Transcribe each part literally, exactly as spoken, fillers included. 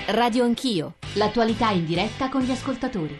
Radio Anch'io, l'attualità in diretta con gli ascoltatori.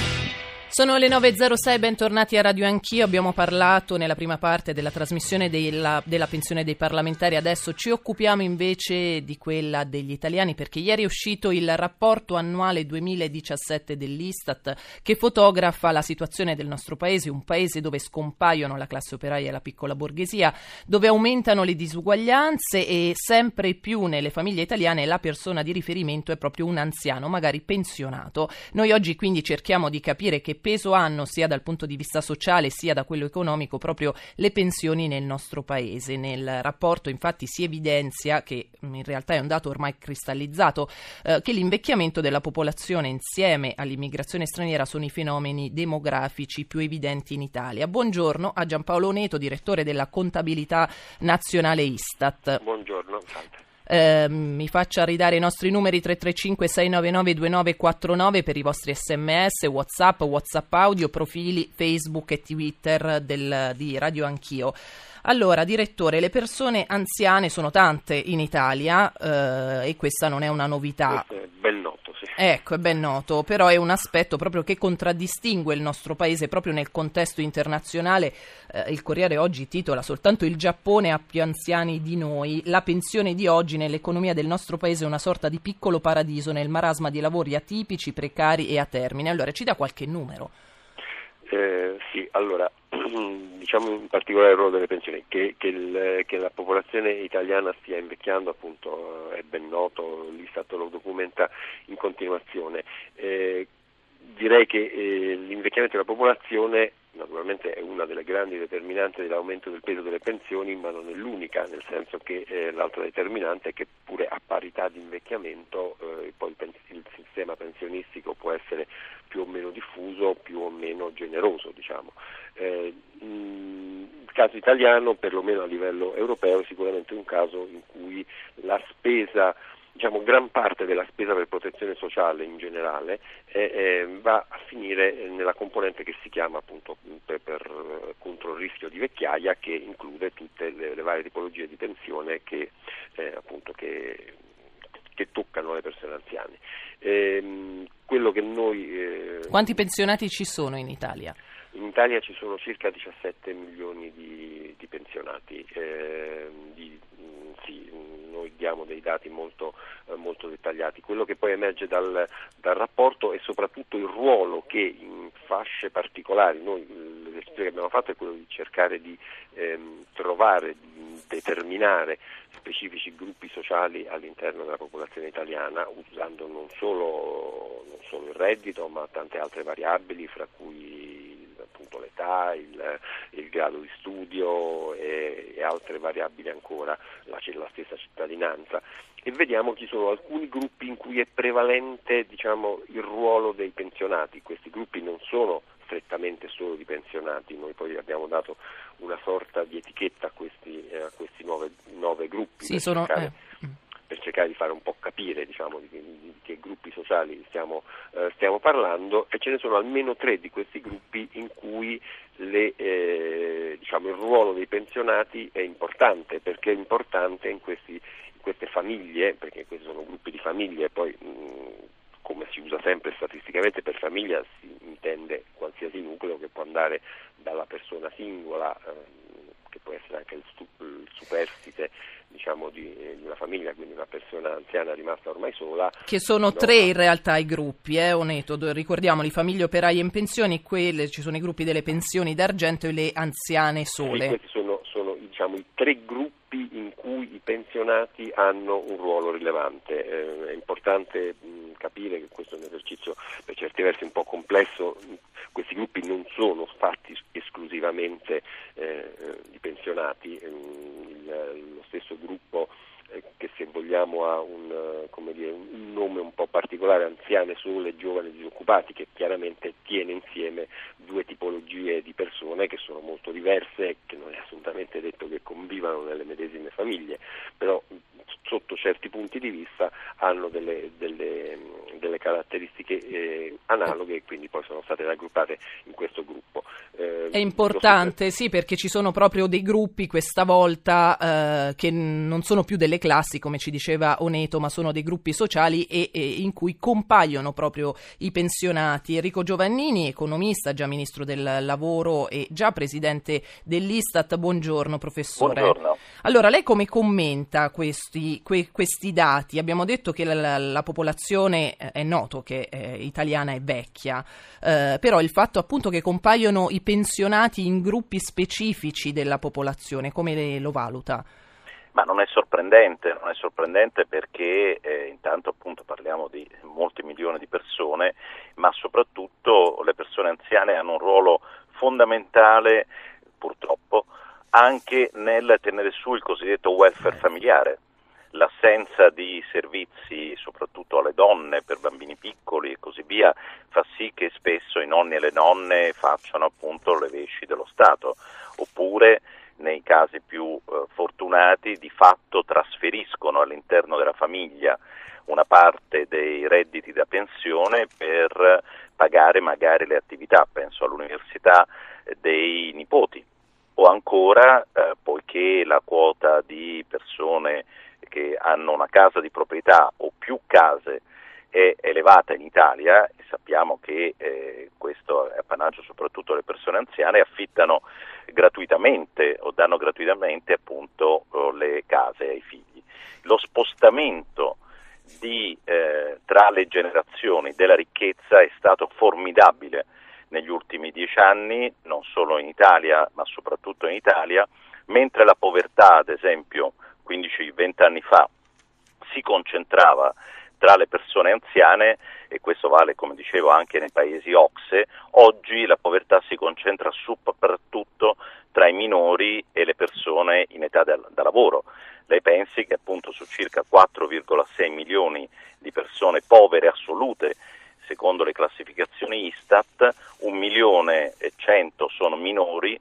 Sono le nove e zero sei, bentornati a Radio Anch'io. Abbiamo parlato nella prima parte della trasmissione della, della pensione dei parlamentari, adesso ci occupiamo invece di quella degli italiani, perché ieri è uscito il rapporto annuale duemiladiciassette dell'Istat che fotografa la situazione del nostro paese, un paese dove scompaiono la classe operaia e la piccola borghesia, dove aumentano le disuguaglianze e sempre più nelle famiglie italiane la persona di riferimento è proprio un anziano, magari pensionato. Noi oggi quindi cerchiamo di capire che peso hanno sia dal punto di vista sociale sia da quello economico proprio le pensioni nel nostro paese. Nel rapporto infatti si evidenzia, che in realtà è un dato ormai cristallizzato, eh, che l'invecchiamento della popolazione insieme all'immigrazione straniera sono i fenomeni demografici più evidenti in Italia. Buongiorno a Giampaolo Neto, direttore della contabilità nazionale Istat. Buongiorno, salve. Eh, mi faccia ridare i nostri numeri tre tre cinque sei nove nove due nove quattro nove per i vostri sms, WhatsApp, WhatsApp audio, profili Facebook e Twitter del, di Radio Anch'io. Allora, direttore, le persone anziane sono tante in Italia eh, e questa non è una novità. Questo è ben noto, sì. Ecco, è ben noto, però è un aspetto proprio che contraddistingue il nostro paese proprio nel contesto internazionale. Eh, il Corriere oggi titola: soltanto il Giappone ha più anziani di noi. La pensione di oggi nell'economia del nostro paese è una sorta di piccolo paradiso nel marasma di lavori atipici, precari e a termine. Allora, ci dà qualche numero? Eh, sì, allora, diciamo in particolare il ruolo delle pensioni, che, che, il, che la popolazione italiana stia invecchiando appunto è ben noto, l'Istat lo documenta in continuazione. Eh, direi che eh, l'invecchiamento della popolazione naturalmente è una delle grandi determinanti dell'aumento del peso delle pensioni, ma non è l'unica, nel senso che eh, l'altra determinante è che pure a parità di invecchiamento eh, poi il, pens- il sistema pensionistico può essere più o meno diffuso, più o meno generoso, diciamo. Eh, mh, il caso italiano, perlomeno a livello europeo, è sicuramente un caso in cui la spesa, diciamo gran parte della spesa per protezione sociale in generale eh, eh, va a finire nella componente che si chiama appunto per, per, contro il rischio di vecchiaia, che include tutte le, le varie tipologie di pensione che eh, appunto che, che toccano le persone anziane. Eh, quello che noi eh, Quanti pensionati ci sono in Italia? In Italia ci sono circa diciassette milioni di, di pensionati, eh, di, mh, sì, noi diamo dei dati molto, eh, molto dettagliati. Quello che poi emerge dal, dal rapporto è soprattutto il ruolo che in fasce particolari, noi l'esercizio che abbiamo fatto è quello di cercare di ehm, trovare, di determinare specifici gruppi sociali all'interno della popolazione italiana, usando non solo, non solo il reddito, ma tante altre variabili, fra cui appunto l'età, il, il grado di studio e, e altre variabili ancora, la, la stessa cittadinanza, e vediamo che ci sono alcuni gruppi in cui è prevalente, diciamo, il ruolo dei pensionati. Questi gruppi non sono strettamente solo di pensionati, noi poi abbiamo dato una sorta di etichetta a questi, eh, a questi nove, nove gruppi sì, per, sono, cercare, eh. per cercare di fare un po' capire, diciamo, di, di che gruppi sociali stiamo, eh, stiamo parlando, e ce ne sono almeno tre di questi gruppi in cui le, eh, diciamo, il ruolo dei pensionati è importante. Perché è importante in, questi, in queste famiglie, perché questi sono gruppi di famiglie, poi mh, come si usa sempre statisticamente, per famiglia si intende qualsiasi nucleo che può andare dalla persona singola, eh, che può essere anche il, stu- il superstite, diciamo, di, di una famiglia, quindi una persona anziana rimasta ormai sola. Che sono no? tre in realtà i gruppi, eh, Oneto, ricordiamoli: famiglie operaie in pensioni, quelle, ci sono i gruppi delle pensioni d'argento e le anziane sole. Sì, questi sono, sono diciamo, i tre gruppi in cui i pensionati hanno un ruolo rilevante. Eh, è importante mh, capire che questo è un esercizio per certi versi un po' complesso. Questi gruppi non sono fatti esclusivamente eh, di pensionati. Il, lo stesso gruppo eh, che, se vogliamo, ha un, come dire, un nome un po' particolare, anziane sole, giovani disoccupati, che chiaramente tiene insieme due tipologie di persone che sono molto diverse, che non è assolutamente detto che convivano nelle medesime famiglie, però sotto certi punti di vista hanno delle, delle, delle caratteristiche eh, analoghe, e quindi poi sono state raggruppate in questo gruppo. Eh, Eh, È importante, sì, perché ci sono proprio dei gruppi questa volta eh, che non sono più delle classi, come ci diceva Oneto, ma sono dei gruppi sociali e, e in cui compaiono proprio i pensionati. Enrico Giovannini, economista, già ministro del lavoro e già presidente dell'Istat. Buongiorno professore. Buongiorno. Allora, lei come commenta questi, que, questi dati? Abbiamo detto che la, la, la popolazione, eh, è noto che eh, italiana è vecchia, eh, però il fatto appunto che compaiono i pensionati in gruppi specifici della popolazione, come le, lo valuta? Ma non è sorprendente, non è sorprendente perché eh, intanto appunto parliamo di molti milioni di persone, ma soprattutto le persone anziane hanno un ruolo fondamentale, purtroppo, anche nel tenere su il cosiddetto welfare familiare. L'assenza di servizi, soprattutto alle donne, per bambini piccoli e così via, fa sì che spesso i nonni e le nonne facciano appunto le vesci dello Stato, oppure nei casi più eh, fortunati di fatto trasferiscono all'interno della famiglia una parte dei redditi da pensione per pagare magari le attività, penso all'università eh, dei nipoti, o ancora eh, poiché la quota di persone che hanno una casa di proprietà o più case è elevata in Italia, e sappiamo che eh, questo è appannaggio soprattutto delle persone anziane, affittano gratuitamente o danno gratuitamente appunto le case ai figli. Lo spostamento di, eh, tra le generazioni della ricchezza è stato formidabile negli ultimi dieci anni, non solo in Italia ma soprattutto in Italia, mentre la povertà, ad esempio, quindici venti anni fa si concentrava tra le persone anziane, e questo vale, come dicevo, anche nei paesi O C S E, oggi la povertà si concentra soprattutto tra i minori e le persone in età da, da lavoro. Lei pensi che appunto su circa quattro virgola sei milioni di persone povere assolute, secondo le classificazioni Istat, un milione e cento sono minori,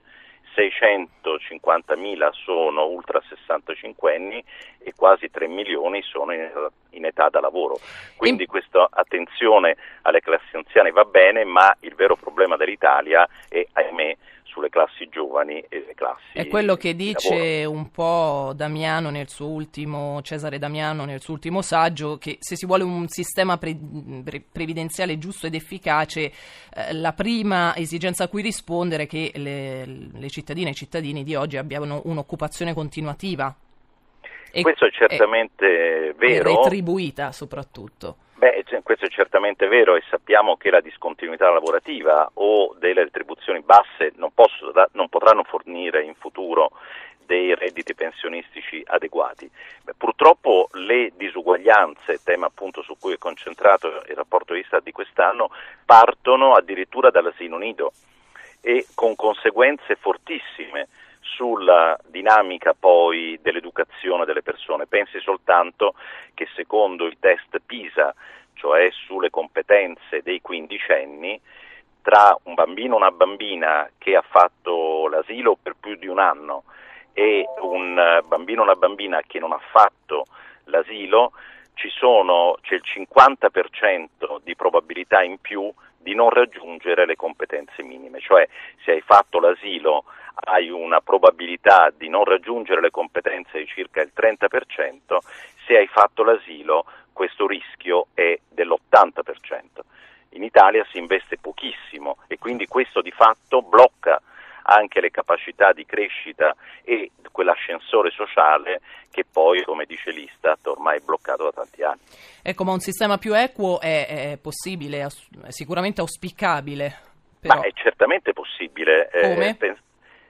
seicentocinquantamila sono ultra sessantacinquenni e quasi tre milioni sono in, in età da lavoro. Quindi questa attenzione alle classi anziane va bene, ma il vero problema dell'Italia è, ahimè, sulle classi giovani e le classi È quello che dice lavoro. un po' Damiano nel suo ultimo, Cesare Damiano nel suo ultimo saggio, che se si vuole un sistema pre, pre, previdenziale giusto ed efficace, eh, la prima esigenza a cui rispondere è che le, le cittadine e i cittadini di oggi abbiano un'occupazione continuativa. E, Questo è certamente e, vero. E retribuita soprattutto. Beh, questo è certamente vero, e sappiamo che la discontinuità lavorativa o delle retribuzioni basse non, posso, non potranno fornire in futuro dei redditi pensionistici adeguati. Beh, purtroppo le disuguaglianze, tema appunto su cui è concentrato il rapporto Istat di quest'anno, partono addirittura dall'asilo nido e con conseguenze fortissime sulla dinamica poi dell'educazione delle persone. Pensi soltanto che secondo il test PISA, cioè sulle competenze dei quindicenni, tra un bambino o una bambina che ha fatto l'asilo per più di un anno e un bambino o una bambina che non ha fatto l'asilo, ci sono, c'è il cinquanta per cento di probabilità in più di non raggiungere le competenze minime, cioè se hai fatto l'asilo hai una probabilità di non raggiungere le competenze di circa il trenta per cento, se hai fatto l'asilo questo rischio è dell'ottanta per cento. In Italia si investe pochissimo e quindi questo di fatto blocca anche le capacità di crescita e quell'ascensore sociale che poi, come dice l'Istat, ormai è bloccato da tanti anni. Ecco, ma un sistema più equo è, è possibile, è sicuramente auspicabile. Però... Ma è certamente possibile. Come? Eh, pens-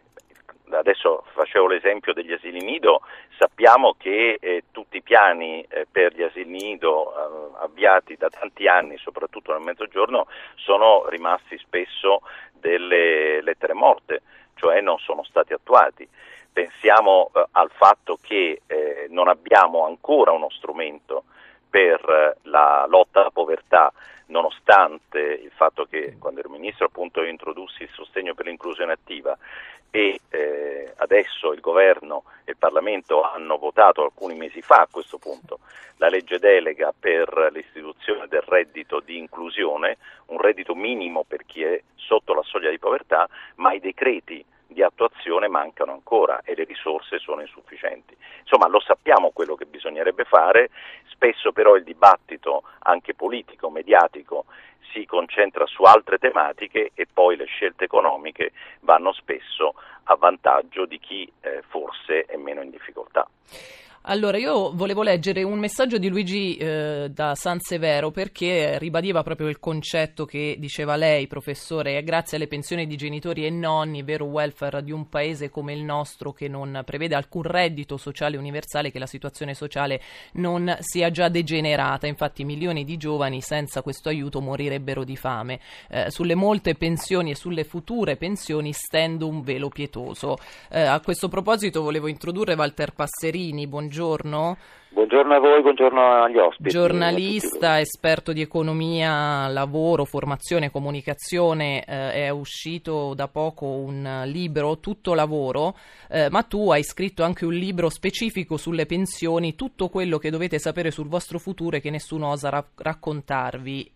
Adesso facevo l'esempio degli asili nido, sappiamo che eh, tutti i piani eh, per gli asili nido eh, avviati da tanti anni, soprattutto nel Mezzogiorno, sono rimasti spesso delle lettere morte, cioè non sono stati attuati. Pensiamo eh, al fatto che eh, non abbiamo ancora uno strumento per la lotta alla povertà, nonostante il fatto che quando ero ministro appunto io introdussi il sostegno per l'inclusione attiva e eh, adesso il governo e il Parlamento hanno votato alcuni mesi fa a questo punto la legge delega per l'istituzione del reddito di inclusione, un reddito minimo per chi è sotto la soglia di povertà, ma i decreti di attuazione mancano ancora e le risorse sono insufficienti. Insomma, lo sappiamo quello che bisognerebbe fare, spesso però il dibattito anche politico, mediatico, si concentra su altre tematiche e poi le scelte economiche vanno spesso a vantaggio di chi eh, forse è meno in difficoltà. Allora, io volevo leggere un messaggio di Luigi eh, da San Severo, perché ribadiva proprio il concetto che diceva lei, professore: è grazie alle pensioni di genitori e nonni, vero welfare di un paese come il nostro che non prevede alcun reddito sociale universale, che la situazione sociale non sia già degenerata. Infatti milioni di giovani senza questo aiuto morirebbero di fame. Eh, sulle molte pensioni e sulle future pensioni stendo un velo pietoso. Eh, a questo proposito volevo introdurre Walter Passerini. Buongiorno. Buongiorno. Buongiorno a voi, buongiorno agli ospiti. Giornalista, esperto di economia, lavoro, formazione, comunicazione, eh, è uscito da poco un libro, Tutto lavoro, eh, ma tu hai scritto anche un libro specifico sulle pensioni, tutto quello che dovete sapere sul vostro futuro e che nessuno osa ra- raccontarvi.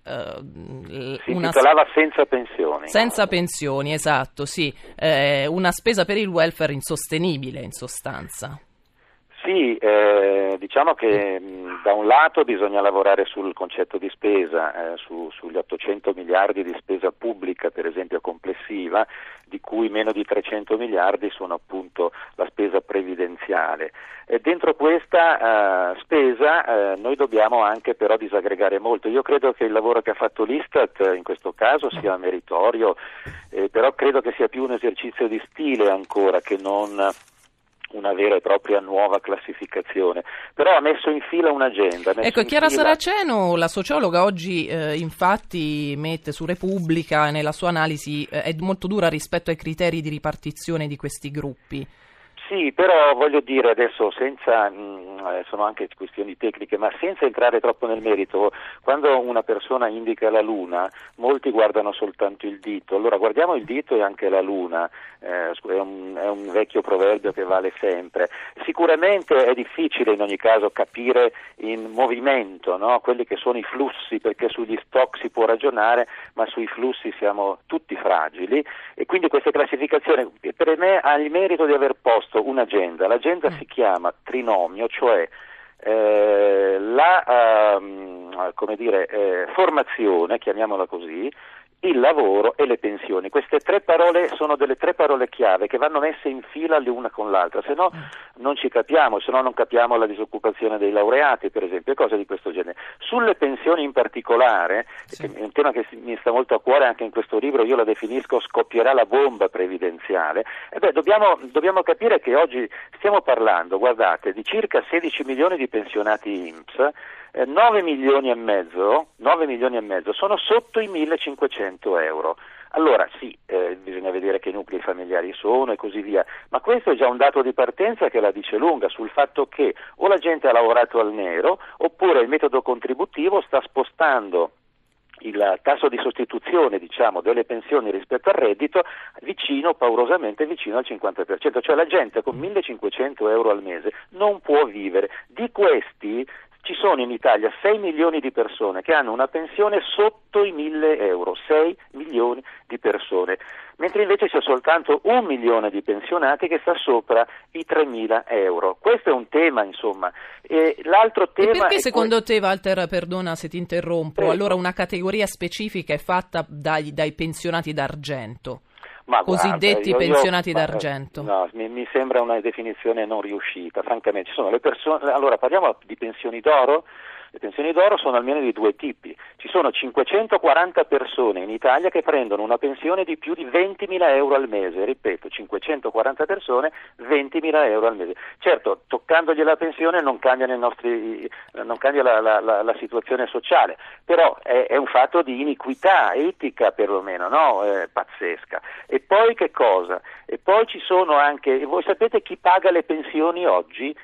Eh, si una... intitolava Senza pensioni. Senza no? pensioni, esatto, sì. Eh, una spesa per il welfare insostenibile, in sostanza. Sì, eh, diciamo che mh, da un lato bisogna lavorare sul concetto di spesa, eh, su, sugli ottocento miliardi di spesa pubblica, per esempio complessiva, di cui meno di trecento miliardi sono appunto la spesa previdenziale. E dentro questa uh, spesa uh, noi dobbiamo anche però disaggregare molto. Io credo che il lavoro che ha fatto l'Istat in questo caso sia meritorio, eh, però credo che sia più un esercizio di stile ancora che non una vera e propria nuova classificazione, però ha messo in fila un'agenda. Ecco, Chiara fila... Saraceno, la sociologa, oggi eh, infatti mette su Repubblica, nella sua analisi eh, è molto dura rispetto ai criteri di ripartizione di questi gruppi. Sì, però voglio dire adesso, senza mh, sono anche questioni tecniche, ma senza entrare troppo nel merito, quando una persona indica la luna, molti guardano soltanto il dito. Allora guardiamo il dito e anche la luna, eh, è, un, è un vecchio proverbio che vale sempre. Sicuramente è difficile in ogni caso capire in movimento, no? Quelli che sono i flussi, perché sugli stock si può ragionare, ma sui flussi siamo tutti fragili, e quindi questa classificazione per me ha il merito di aver posto un'agenda. L'agenda si chiama trinomio, cioè eh, la uh, come dire, eh, formazione, chiamiamola così, il lavoro e le pensioni. Queste tre parole sono delle tre parole chiave che vanno messe in fila l'una con l'altra, se no non ci capiamo, se no non capiamo la disoccupazione dei laureati, per esempio, e cose di questo genere. Sulle pensioni in particolare, sì, è un tema che mi sta molto a cuore anche in questo libro, io la definisco scoppierà la bomba previdenziale, e beh, dobbiamo, dobbiamo capire che oggi stiamo parlando, guardate, di circa sedici milioni di pensionati I N P S, eh, nove milioni e mezzo, nove milioni e mezzo sono sotto i millecinquecento euro. Allora sì, eh, bisogna vedere che nuclei familiari sono e così via, ma questo è già un dato di partenza che la dice lunga sul fatto che o la gente ha lavorato al nero oppure il metodo contributivo sta spostando il tasso di sostituzione, diciamo, delle pensioni rispetto al reddito vicino, paurosamente vicino al cinquanta per cento, cioè la gente con millecinquecento euro al mese non può vivere. Di questi ci sono in Italia sei milioni di persone che hanno una pensione sotto i mille euro, sei milioni di persone, mentre invece c'è soltanto un milione di pensionati che sta sopra i tremila euro. Questo è un tema, insomma. E l'altro tema. E perché è secondo que- te, Walter, perdona se ti interrompo, Prego. allora una categoria specifica è fatta dai, dai pensionati d'argento? Ma cosiddetti guarda, io, pensionati io, d'argento. No, mi, mi sembra una definizione non riuscita, francamente. Ci sono le persone, allora parliamo di pensioni d'oro. Le pensioni d'oro sono almeno di due tipi. Ci sono cinquecentoquaranta persone in Italia che prendono una pensione di più di ventimila euro al mese, ripeto, cinquecentoquaranta persone, ventimila euro al mese. Certo, toccandogli la pensione non cambia, nei nostri, non cambia la, la, la, la situazione sociale, però è, è un fatto di iniquità etica perlomeno, no? Eh, pazzesca. E poi che cosa? E poi ci sono anche, voi sapete chi paga le pensioni oggi?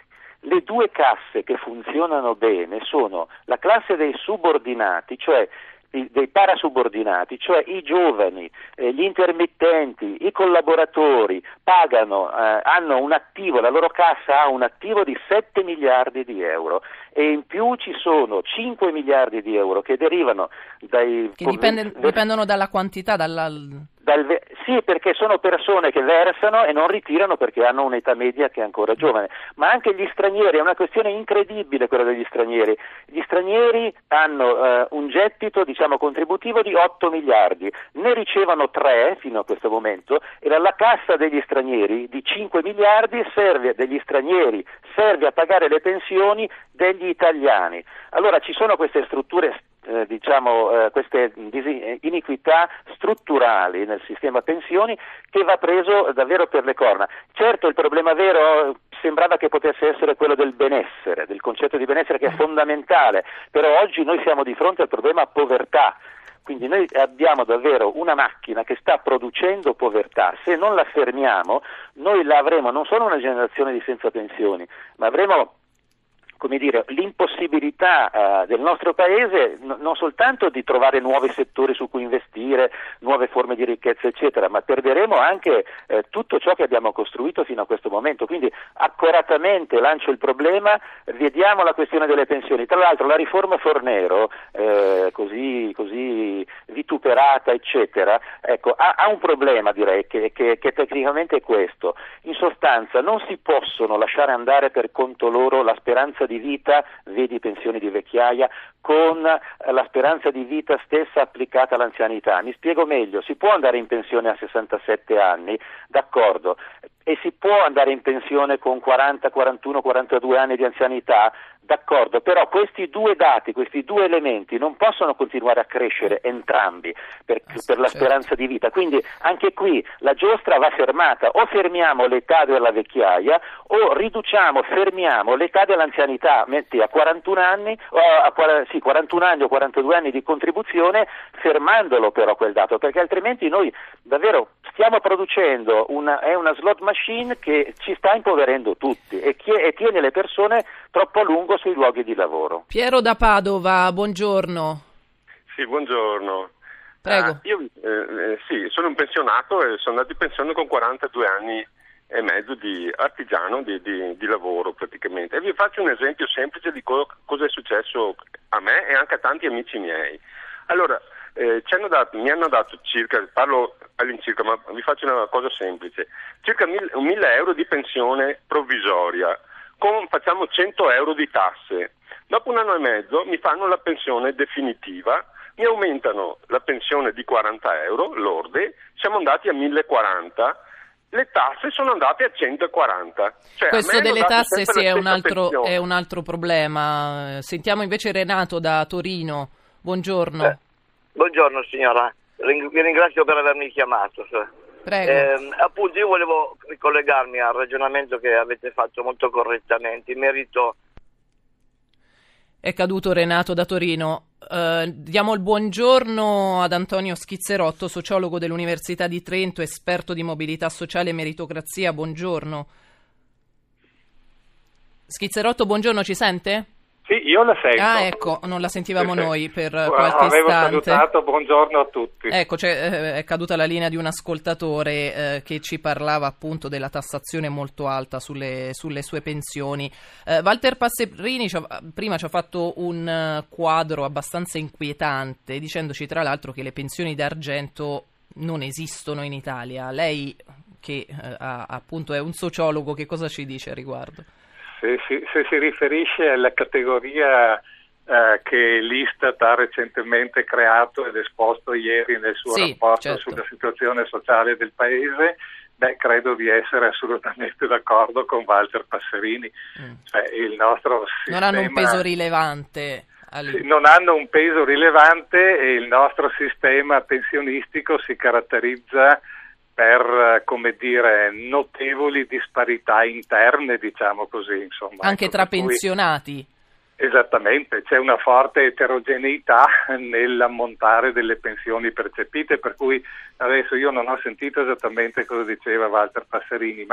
Le due casse che funzionano bene sono la classe dei subordinati, cioè dei parasubordinati, cioè i giovani, eh, gli intermittenti, i collaboratori pagano, eh, hanno un attivo, la loro cassa ha un attivo di sette miliardi di euro e in più ci sono cinque miliardi di euro che derivano dai... Che dipende, dipendono dalla quantità, dalla... Dal, sì, perché sono persone che versano e non ritirano perché hanno un'età media che è ancora giovane, ma anche gli stranieri, è una questione incredibile quella degli stranieri. Gli stranieri hanno eh, un gettito, diciamo, contributivo di otto miliardi, ne ricevono tre fino a questo momento e la cassa degli stranieri di cinque miliardi serve, degli stranieri, serve a pagare le pensioni degli italiani. Allora ci sono queste strutture Eh, diciamo eh, queste iniquità strutturali nel sistema pensioni che va preso davvero per le corna. Certo, il problema vero sembrava che potesse essere quello del benessere, del concetto di benessere che è fondamentale, però oggi noi siamo di fronte al problema povertà. Quindi noi abbiamo davvero una macchina che sta producendo povertà. Se non la fermiamo, noi la avremo non solo una generazione di senza pensioni, ma avremo, come dire, l'impossibilità uh, del nostro paese n- non soltanto di trovare nuovi settori su cui investire, nuove forme di ricchezza eccetera, ma perderemo anche eh, tutto ciò che abbiamo costruito fino a questo momento. Quindi accuratamente lancio il problema, vediamo la questione delle pensioni. Tra l'altro la riforma Fornero, eh, così, così vituperata eccetera, ecco, ha, ha un problema, direi, che, che, che tecnicamente è questo. In sostanza non si possono lasciare andare per conto loro la speranza di di vita, vedi pensioni di vecchiaia, con la speranza di vita stessa applicata all'anzianità. Mi spiego meglio, si può andare in pensione a sessantasette anni, d'accordo, e si può andare in pensione con quaranta, quarantuno, quarantadue anni di anzianità, d'accordo, però questi due dati, questi due elementi non possono continuare a crescere entrambi per, per la speranza di vita, quindi anche qui la giostra va fermata, o fermiamo l'età della vecchiaia o riduciamo, fermiamo l'età dell'anzianità, metti a quarantuno anni, o a, sì, quarantuno anni o quarantadue anni di contribuzione, fermandolo però quel dato, perché altrimenti noi davvero stiamo producendo una, è una slot machine che ci sta impoverendo tutti e, chi, e tiene le persone troppo a lungo sui luoghi di lavoro. Piero da Padova, buongiorno. Sì, buongiorno. Prego. Ah, io eh, sì, sono un pensionato e sono andato in pensione con quarantadue anni e mezzo di artigiano, di, di, di lavoro praticamente. E vi faccio un esempio semplice di co- cosa è successo a me e anche a tanti amici miei. Allora, eh, ci hanno dato, mi hanno dato circa, parlo all'incirca, ma vi faccio una cosa semplice, circa mille, mille euro di pensione provvisoria, con, facciamo cento euro di tasse. Dopo un anno e mezzo mi fanno la pensione definitiva, mi aumentano la pensione di quaranta euro lorde, siamo andati a millequaranta, le tasse sono andate a centoquaranta. Cioè, questo delle tasse sì, è un, altro, è un altro problema. Sentiamo invece Renato da Torino, buongiorno. Eh, buongiorno signora, vi ringrazio per avermi chiamato. Prego. Eh, appunto io volevo ricollegarmi al ragionamento che avete fatto molto correttamente in merito. È caduto Renato da Torino. Uh, diamo il buongiorno ad Antonio Schizzerotto, sociologo dell'Università di Trento, esperto di mobilità sociale e meritocrazia. Buongiorno. Schizzerotto, buongiorno, ci sente? Sì, io la sento. Ah, ecco, non la sentivamo Perfetto. Noi per Well, qualche avevo istante. salutato, buongiorno a tutti. Ecco, cioè, eh, è caduta la linea di un ascoltatore eh, che ci parlava appunto della tassazione molto alta sulle, sulle sue pensioni. Eh, Walter Passerini ci ha, prima ci ha fatto un uh, quadro abbastanza inquietante, dicendoci tra l'altro che le pensioni d'argento non esistono in Italia. Lei, che eh, ha, appunto è un sociologo, che cosa ci dice a riguardo? Se si, se si riferisce alla categoria eh, che l'Istat ha recentemente creato ed esposto ieri nel suo sì, rapporto certo. sulla situazione sociale del Paese, beh, credo di essere assolutamente d'accordo con Walter Passerini. Mm. Cioè, il nostro sistema... Non hanno un peso rilevante. Sì, non hanno un peso rilevante e il nostro sistema pensionistico si caratterizza per, come dire, notevoli disparità interne, diciamo così, insomma. Anche ecco, tra cui, pensionati. Esattamente, c'è una forte eterogeneità nell'ammontare delle pensioni percepite, per cui adesso io non ho sentito esattamente cosa diceva Walter Passerini, ma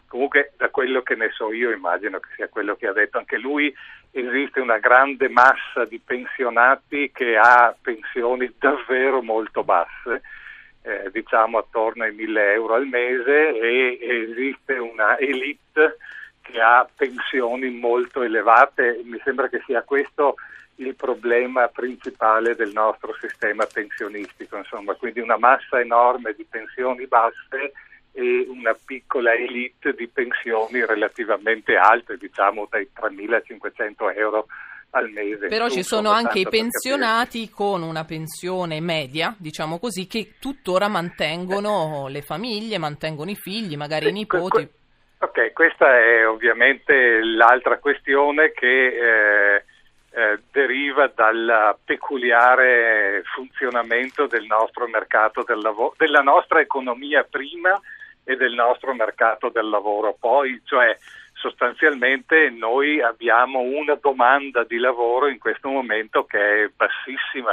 comunque da quello che ne so io, immagino che sia quello che ha detto anche lui, esiste una grande massa di pensionati che ha pensioni davvero molto basse, eh, diciamo attorno ai mille euro al mese, e esiste una elite che ha pensioni molto elevate. Mi sembra che sia questo il problema principale del nostro sistema pensionistico, insomma, quindi una massa enorme di pensioni basse e una piccola elite di pensioni relativamente alte, diciamo dai tremilacinquecento euro al mese. Però su, ci sono anche i pensionati capire. con una pensione media, diciamo così, che tuttora mantengono eh. le famiglie, mantengono i figli, magari sì, i nipoti. Que- que- ok, questa è ovviamente l'altra questione che eh, eh, deriva dal peculiare funzionamento del nostro mercato del lavoro, della nostra economia prima e del nostro mercato del lavoro poi, cioè sostanzialmente noi abbiamo una domanda di lavoro in questo momento che è bassissima.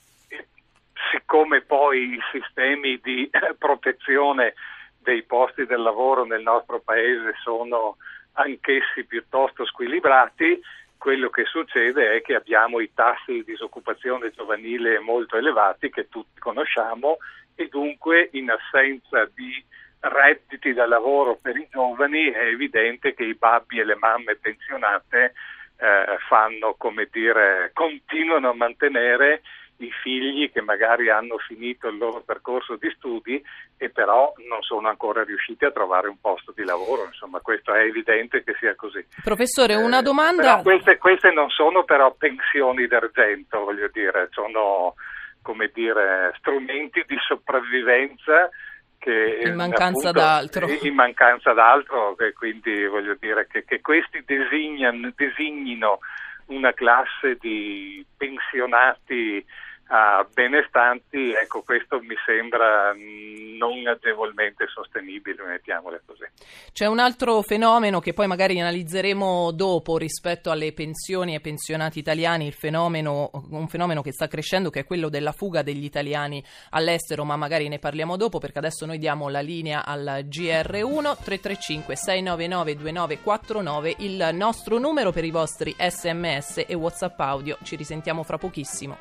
E siccome poi i sistemi di protezione dei posti del lavoro nel nostro paese sono anch'essi piuttosto squilibrati, quello che succede è che abbiamo i tassi di disoccupazione giovanile molto elevati che tutti conosciamo, e dunque in assenza di redditi da lavoro per i giovani è evidente che i babbi e le mamme pensionate eh, fanno, come dire, continuano a mantenere i figli che magari hanno finito il loro percorso di studi e però non sono ancora riusciti a trovare un posto di lavoro. Insomma, questo è evidente che sia così. Professore, una domanda. Eh, queste, queste non sono però pensioni d'argento, voglio dire, sono, come dire, strumenti di sopravvivenza che in mancanza appunto, d'altro. In mancanza d'altro, e quindi voglio dire che, che questi designano, designino una classe di pensionati uh, benestanti, ecco, questo mi sembra non agevolmente sostenibile, mettiamole così. C'è un altro fenomeno che poi magari analizzeremo dopo rispetto alle pensioni e pensionati italiani, il fenomeno, un fenomeno che sta crescendo, che è quello della fuga degli italiani all'estero, ma magari ne parliamo dopo, perché adesso noi diamo la linea al G R uno. Tre tre cinque sei nove nove due nove quattro nove, il nostro numero per i vostri sms e WhatsApp audio. Ci risentiamo fra pochissimo.